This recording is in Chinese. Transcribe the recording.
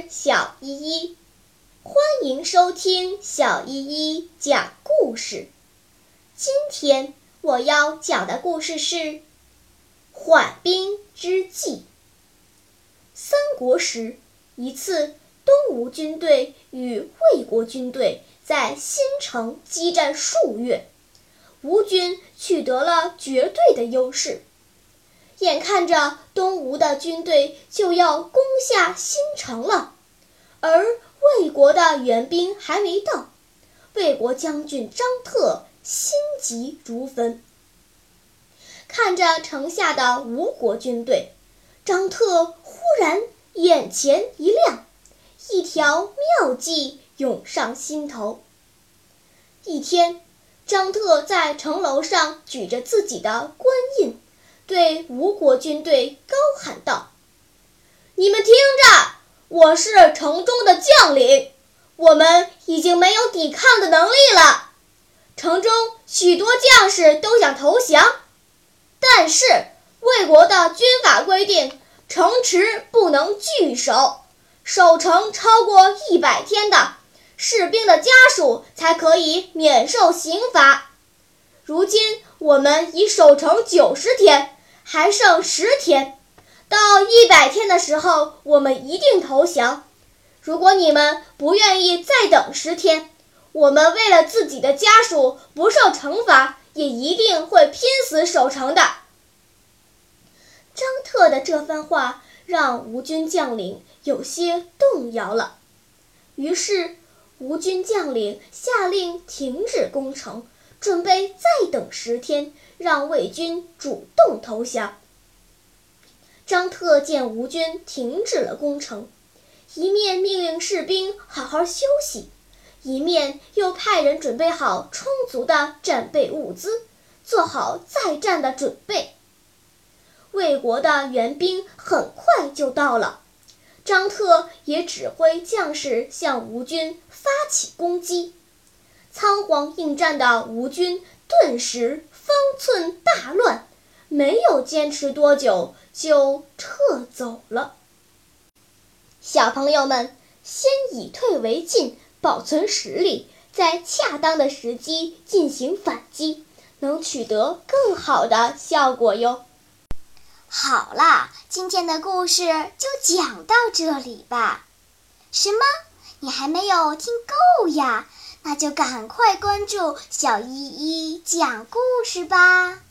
是小依依，欢迎收听小依依讲故事。今天我要讲的故事是缓兵之计。三国时，一次东吴军队与魏国军队在新城激战数月，吴军取得了绝对的优势。眼看着东吴的军队就要攻下新城了，而魏国的援兵还没到，魏国将军张特心急如焚。看着城下的吴国军队，张特忽然眼前一亮，一条妙计涌上心头。一天，张特在城楼上举着自己的官印，对吴国军队高喊道：“你们听着，我是城中的将领，我们已经没有抵抗的能力了。城中许多将士都想投降，但是魏国的军法规定，城池不能据守，守城超过100天的士兵的家属才可以免受刑罚。如今我们已守城90天，还剩10天，到100天的时候，我们一定投降。如果你们不愿意再等10天，我们为了自己的家属不受惩罚，也一定会拼死守城的。”张特的这番话让吴军将领有些动摇了，于是吴军将领下令停止攻城，准备再等10天，让魏军主动投降。张特见吴军停止了攻城，一面命令士兵好好休息，一面又派人准备好充足的战备物资，做好再战的准备。魏国的援兵很快就到了，张特也指挥将士向吴军发起攻击。仓皇应战的吴军顿时方寸大乱，没有坚持多久就撤走了。小朋友们，先以退为进，保存实力，在恰当的时机进行反击，能取得更好的效果哟。 好啦，今天的故事就讲到这里吧。什么？你还没有听够呀？那就赶快关注小依依讲故事吧。